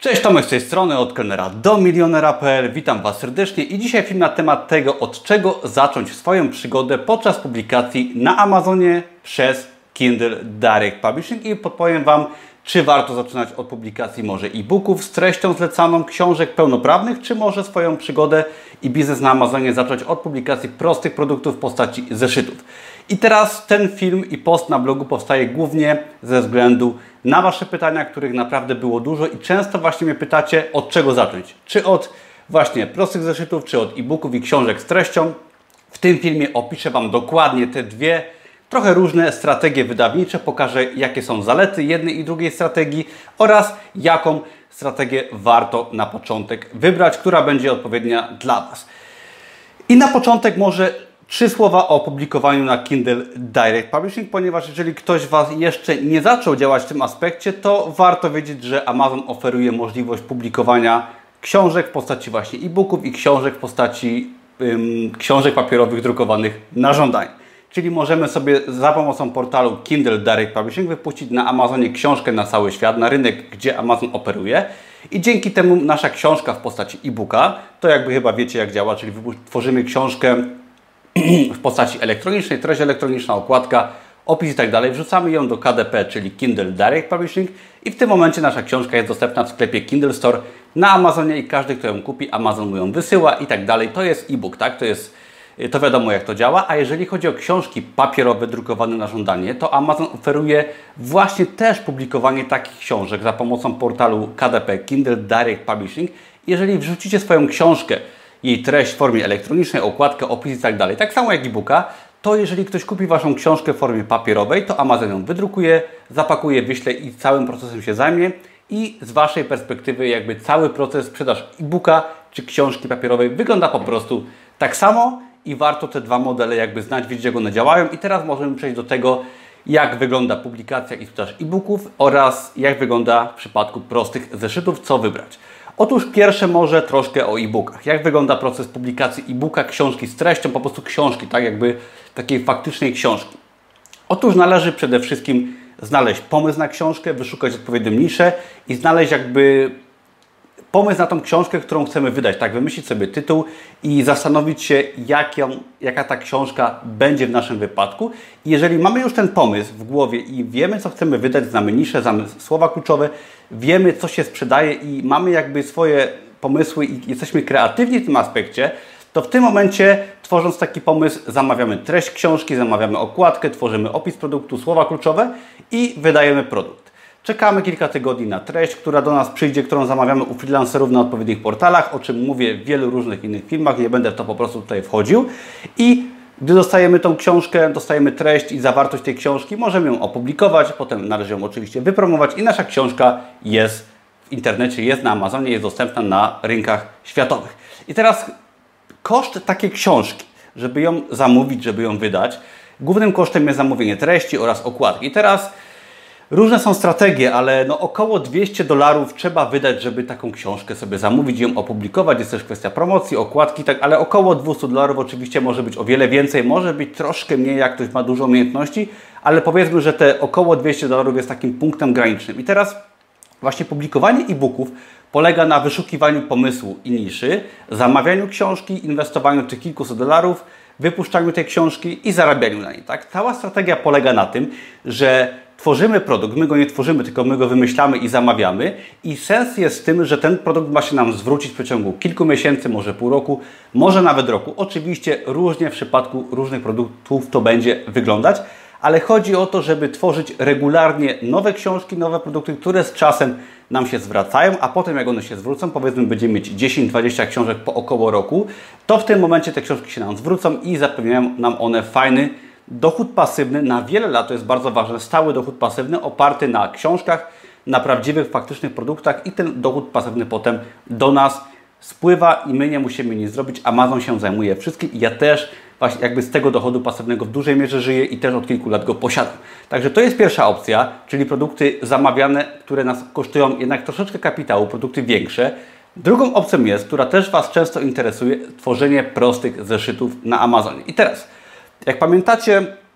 Cześć, Tomek z tej strony, od kelnera do milionera.pl. Witam Was serdecznie i dzisiaj film na temat tego, od czego zacząć swoją przygodę podczas publikacji na Amazonie przez Kindle Direct Publishing i podpowiem Wam, czy warto zaczynać od publikacji może e-booków z treścią zlecaną, książek pełnoprawnych, czy może swoją przygodę i biznes na Amazonie zacząć od publikacji prostych produktów w postaci zeszytów. I teraz ten film i post na blogu powstaje głównie ze względu na Wasze pytania, których naprawdę było dużo i często właśnie mnie pytacie, od czego zacząć. Czy od właśnie prostych zeszytów, czy od e-booków i książek z treścią. W tym filmie opiszę Wam dokładnie te dwie trochę różne strategie wydawnicze, pokażę jakie są zalety jednej i drugiej strategii oraz jaką strategię warto na początek wybrać, która będzie odpowiednia dla Was. I na początek może 3 słowa o publikowaniu na Kindle Direct Publishing, ponieważ jeżeli ktoś Was jeszcze nie zaczął działać w tym aspekcie, to warto wiedzieć, że Amazon oferuje możliwość publikowania książek w postaci właśnie e-booków i książek w postaci książek papierowych drukowanych na żądanie. Czyli możemy sobie za pomocą portalu Kindle Direct Publishing wypuścić na Amazonie książkę na cały świat, na rynek, gdzie Amazon operuje. I dzięki temu nasza książka w postaci e-booka, to jakby chyba wiecie jak działa, czyli tworzymy książkę w postaci elektronicznej, treść elektroniczna, okładka, opis i tak dalej. Wrzucamy ją do KDP, czyli Kindle Direct Publishing i w tym momencie nasza książka jest dostępna w sklepie Kindle Store na Amazonie i każdy, kto ją kupi, Amazon mu ją wysyła i tak dalej. To jest e-book, tak? To wiadomo jak to działa, a jeżeli chodzi o książki papierowe drukowane na żądanie, to Amazon oferuje właśnie też publikowanie takich książek za pomocą portalu KDP, Kindle Direct Publishing. Jeżeli wrzucicie swoją książkę, jej treść w formie elektronicznej, okładkę, opis i tak dalej, tak samo jak e-booka, to jeżeli ktoś kupi Waszą książkę w formie papierowej, to Amazon ją wydrukuje, zapakuje, wyśle i całym procesem się zajmie i z Waszej perspektywy jakby cały proces sprzedaż e-booka czy książki papierowej wygląda po prostu tak samo i warto te dwa modele jakby znać, wiedzieć jak one działają i teraz możemy przejść do tego, jak wygląda publikacja i sprzedaż e-booków oraz jak wygląda w przypadku prostych zeszytów, co wybrać. Otóż pierwsze może troszkę o e-bookach. Jak wygląda proces publikacji e-booka, książki z treścią, po prostu książki, tak jakby takiej faktycznej książki. Otóż należy przede wszystkim znaleźć pomysł na książkę, wyszukać odpowiednią niszę i znaleźć jakby pomysł na tą książkę, którą chcemy wydać. Tak, wymyślić sobie tytuł i zastanowić się, jaka ta książka będzie w naszym wypadku. I jeżeli mamy już ten pomysł w głowie i wiemy, co chcemy wydać, znamy niszę, znamy słowa kluczowe, wiemy, co się sprzedaje i mamy jakby swoje pomysły i jesteśmy kreatywni w tym aspekcie, to w tym momencie, tworząc taki pomysł, zamawiamy treść książki, zamawiamy okładkę, tworzymy opis produktu, słowa kluczowe i wydajemy produkt. Czekamy kilka tygodni na treść, która do nas przyjdzie, którą zamawiamy u freelancerów na odpowiednich portalach, o czym mówię w wielu różnych innych filmach, nie będę w to po prostu tutaj wchodził. I gdy dostajemy tą książkę, dostajemy treść i zawartość tej książki, możemy ją opublikować, potem należy ją oczywiście wypromować i nasza książka jest w internecie, jest na Amazonie, jest dostępna na rynkach światowych. I teraz koszt takiej książki, żeby ją zamówić, żeby ją wydać, głównym kosztem jest zamówienie treści oraz okładki. I teraz różne są strategie, ale no około $200 trzeba wydać, żeby taką książkę sobie zamówić i ją opublikować. Jest też kwestia promocji, okładki, tak, ale około $200 oczywiście może być o wiele więcej, może być troszkę mniej, jak ktoś ma dużo umiejętności, ale powiedzmy, że te około $200 jest takim punktem granicznym. I teraz właśnie publikowanie e-booków polega na wyszukiwaniu pomysłu i niszy, zamawianiu książki, inwestowaniu tych kilkuset dolarów, wypuszczaniu tej książki i zarabianiu na niej. Tak? Cała strategia polega na tym, że tworzymy produkt, my go nie tworzymy, tylko my go wymyślamy i zamawiamy i sens jest w tym, że ten produkt ma się nam zwrócić w przeciągu kilku miesięcy, może pół roku, może nawet roku. Oczywiście różnie w przypadku różnych produktów to będzie wyglądać, ale chodzi o to, żeby tworzyć regularnie nowe książki, nowe produkty, które z czasem nam się zwracają, a potem jak one się zwrócą, powiedzmy będziemy mieć 10-20 książek po około roku, to w tym momencie te książki się nam zwrócą i zapewniają nam one fajny dochód pasywny na wiele lat, to jest bardzo ważne, stały dochód pasywny oparty na książkach, na prawdziwych, faktycznych produktach i ten dochód pasywny potem do nas spływa i my nie musimy nic zrobić. Amazon się zajmuje wszystkim i ja też właśnie jakby z tego dochodu pasywnego w dużej mierze żyję i też od kilku lat go posiadam. Także to jest pierwsza opcja, czyli produkty zamawiane, które nas kosztują jednak troszeczkę kapitału, produkty większe. Drugą opcją jest, która też Was często interesuje, tworzenie prostych zeszytów na Amazonie. I teraz, jak pamiętacie,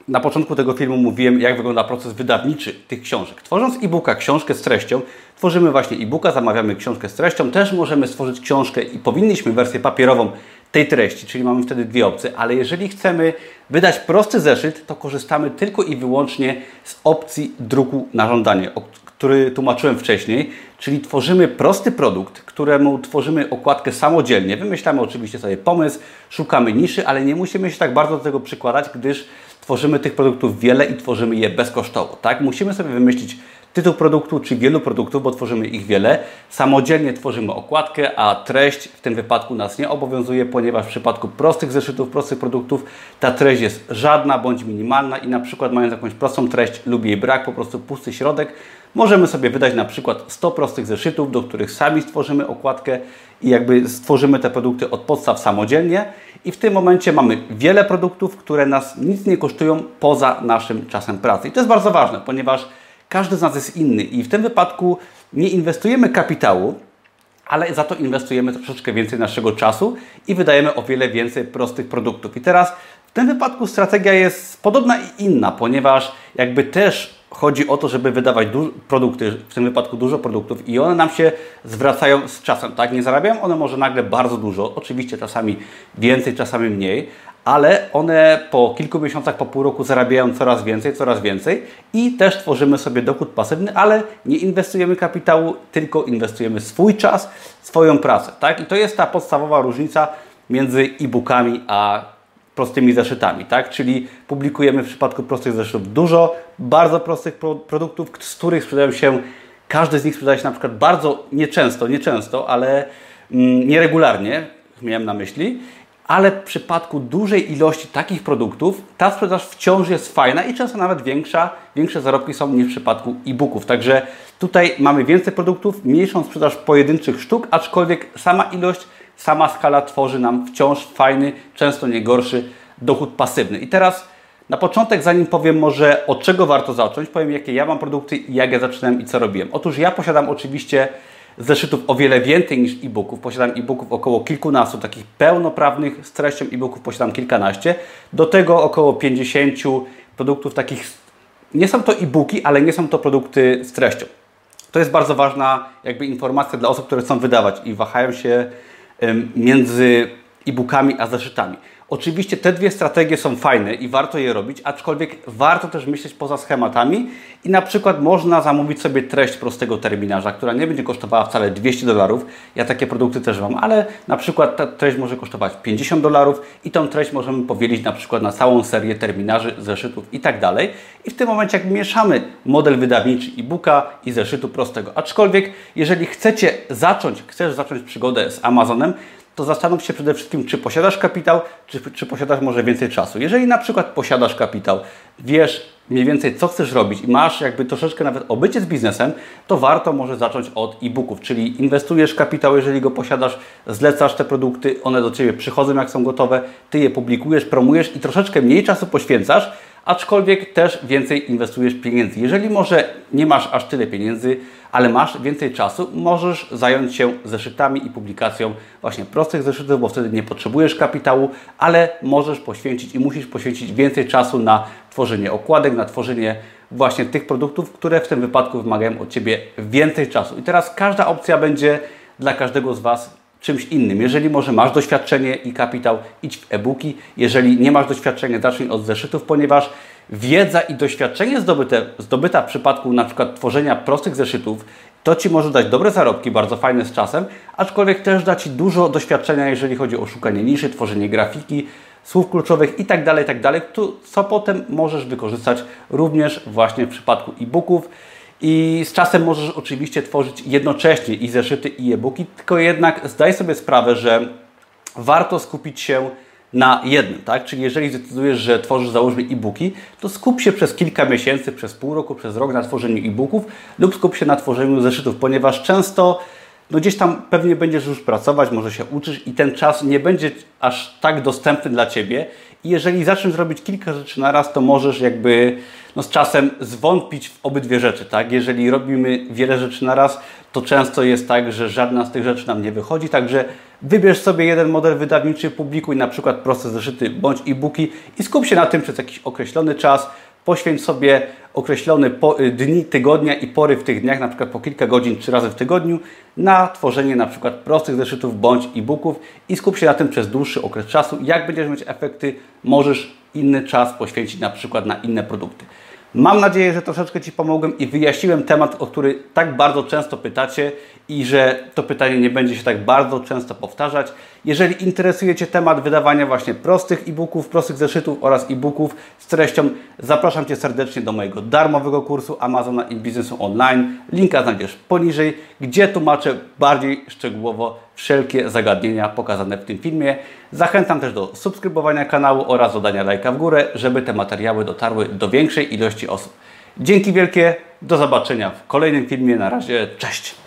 na początku tego filmu mówiłem, jak wygląda proces wydawniczy tych książek. Tworząc e-booka, książkę z treścią, tworzymy właśnie e-booka, zamawiamy książkę z treścią, też możemy stworzyć książkę i powinniśmy wersję papierową tej treści, czyli mamy wtedy dwie opcje, ale jeżeli chcemy wydać prosty zeszyt, to korzystamy tylko i wyłącznie z opcji druku na żądanie, który tłumaczyłem wcześniej, czyli tworzymy prosty produkt, któremu tworzymy okładkę samodzielnie. Wymyślamy oczywiście sobie pomysł, szukamy niszy, ale nie musimy się tak bardzo do tego przykładać, gdyż tworzymy tych produktów wiele i tworzymy je bezkosztowo. Tak? Musimy sobie wymyślić tytuł produktu czy wielu produktów, bo tworzymy ich wiele. Samodzielnie tworzymy okładkę, a treść w tym wypadku nas nie obowiązuje, ponieważ w przypadku prostych zeszytów, prostych produktów ta treść jest żadna bądź minimalna i na przykład mając jakąś prostą treść lub jej brak, po prostu pusty środek, możemy sobie wydać na przykład 100 prostych zeszytów, do których sami stworzymy okładkę i jakby stworzymy te produkty od podstaw samodzielnie i w tym momencie mamy wiele produktów, które nas nic nie kosztują poza naszym czasem pracy. I to jest bardzo ważne, ponieważ każdy z nas jest inny i w tym wypadku nie inwestujemy kapitału, ale za to inwestujemy troszeczkę więcej naszego czasu i wydajemy o wiele więcej prostych produktów. I teraz w tym wypadku strategia jest podobna i inna, ponieważ jakby też chodzi o to, żeby wydawać produkty, w tym wypadku dużo produktów i one nam się zwracają z czasem, tak? Nie zarabiają one może nagle bardzo dużo, oczywiście czasami więcej, czasami mniej, ale one po kilku miesiącach, po pół roku zarabiają coraz więcej i też tworzymy sobie dochód pasywny, ale nie inwestujemy kapitału, tylko inwestujemy swój czas, swoją pracę, tak? I to jest ta podstawowa różnica między e-bookami a prostymi zeszytami, tak? Czyli publikujemy w przypadku prostych zeszytów dużo bardzo prostych produktów, z których sprzedają się, każdy z nich sprzedaje się na przykład bardzo nieczęsto, ale nieregularnie, miałem na myśli, ale w przypadku dużej ilości takich produktów ta sprzedaż wciąż jest fajna i często nawet większe zarobki są niż w przypadku e-booków. Także tutaj mamy więcej produktów, mniejszą sprzedaż pojedynczych sztuk, aczkolwiek sama ilość, sama skala tworzy nam wciąż fajny, często nie gorszy dochód pasywny. I teraz na początek, zanim powiem może od czego warto zacząć, powiem jakie ja mam produkty i jak ja zaczynałem i co robiłem. Otóż ja posiadam oczywiście zeszytów o wiele więcej niż e-booków. Posiadam e-booków około kilkunastu, takich pełnoprawnych z treścią e-booków posiadam kilkanaście. Do tego około 50 produktów takich, nie są to e-booki, ale nie są to produkty z treścią. To jest bardzo ważna jakby informacja dla osób, które chcą wydawać i wahają się między e-bookami a zeszytami. Oczywiście te dwie strategie są fajne i warto je robić, aczkolwiek warto też myśleć poza schematami i na przykład można zamówić sobie treść prostego terminarza, która nie będzie kosztowała wcale $200. Ja takie produkty też mam, ale na przykład ta treść może kosztować $50 i tą treść możemy powielić na przykład na całą serię terminarzy, zeszytów i tak dalej. I w tym momencie jak mieszamy model wydawniczy e-booka i zeszytu prostego. Aczkolwiek jeżeli chcesz zacząć przygodę z Amazonem, to zastanów się przede wszystkim, czy posiadasz kapitał, czy posiadasz może więcej czasu. Jeżeli na przykład posiadasz kapitał, wiesz mniej więcej co chcesz robić i masz jakby troszeczkę nawet obycie z biznesem, to warto może zacząć od e-booków, czyli inwestujesz kapitał, jeżeli go posiadasz, zlecasz te produkty, one do Ciebie przychodzą jak są gotowe, Ty je publikujesz, promujesz i troszeczkę mniej czasu poświęcasz, aczkolwiek też więcej inwestujesz pieniędzy. Jeżeli może nie masz aż tyle pieniędzy, ale masz więcej czasu, możesz zająć się zeszytami i publikacją właśnie prostych zeszytów, bo wtedy nie potrzebujesz kapitału, ale możesz poświęcić i musisz poświęcić więcej czasu na tworzenie okładek, na tworzenie właśnie tych produktów, które w tym wypadku wymagają od Ciebie więcej czasu. I teraz każda opcja będzie dla każdego z Was czymś innym. Jeżeli może masz doświadczenie i kapitał, idź w e-booki. Jeżeli nie masz doświadczenia, zacznij od zeszytów, ponieważ wiedza i doświadczenie zdobyta w przypadku na przykład tworzenia prostych zeszytów, to Ci może dać dobre zarobki, bardzo fajne z czasem, aczkolwiek też da Ci dużo doświadczenia, jeżeli chodzi o szukanie niszy, tworzenie grafiki, słów kluczowych i tak dalej, co potem możesz wykorzystać również właśnie w przypadku e-booków. I z czasem możesz oczywiście tworzyć jednocześnie i zeszyty, i e-booki, tylko jednak zdaj sobie sprawę, że warto skupić się na jednym, tak? Czyli jeżeli zdecydujesz, że tworzysz, załóżmy, e-booki, to skup się przez kilka miesięcy, przez pół roku, przez rok na tworzeniu e-booków lub skup się na tworzeniu zeszytów, ponieważ często gdzieś tam pewnie będziesz już pracować, może się uczysz i ten czas nie będzie aż tak dostępny dla Ciebie I jeżeli zaczniesz robić kilka rzeczy na raz, to możesz jakby z czasem zwątpić w obydwie rzeczy, tak? Jeżeli robimy wiele rzeczy na raz, to często jest tak, że żadna z tych rzeczy nam nie wychodzi, także wybierz sobie jeden model wydawniczy, publikuj na przykład proste zeszyty bądź e-booki i skup się na tym przez jakiś określony czas. Poświęć sobie określone dni, tygodnia i pory w tych dniach, na przykład po kilka godzin 3 razy w tygodniu, na tworzenie na przykład prostych zeszytów bądź e-booków i skup się na tym przez dłuższy okres czasu. Jak będziesz mieć efekty, możesz inny czas poświęcić na przykład na inne produkty. Mam nadzieję, że troszeczkę Ci pomogłem i wyjaśniłem temat, o który tak bardzo często pytacie i że to pytanie nie będzie się tak bardzo często powtarzać. Jeżeli interesuje Cię temat wydawania właśnie prostych e-booków, prostych zeszytów oraz e-booków z treścią, zapraszam Cię serdecznie do mojego darmowego kursu Amazona i Biznesu Online. Linka znajdziesz poniżej, gdzie tłumaczę bardziej szczegółowo wszelkie zagadnienia pokazane w tym filmie. Zachęcam też do subskrybowania kanału oraz dodania lajka w górę, żeby te materiały dotarły do większej ilości osób. Dzięki wielkie, do zobaczenia w kolejnym filmie. Na razie, cześć!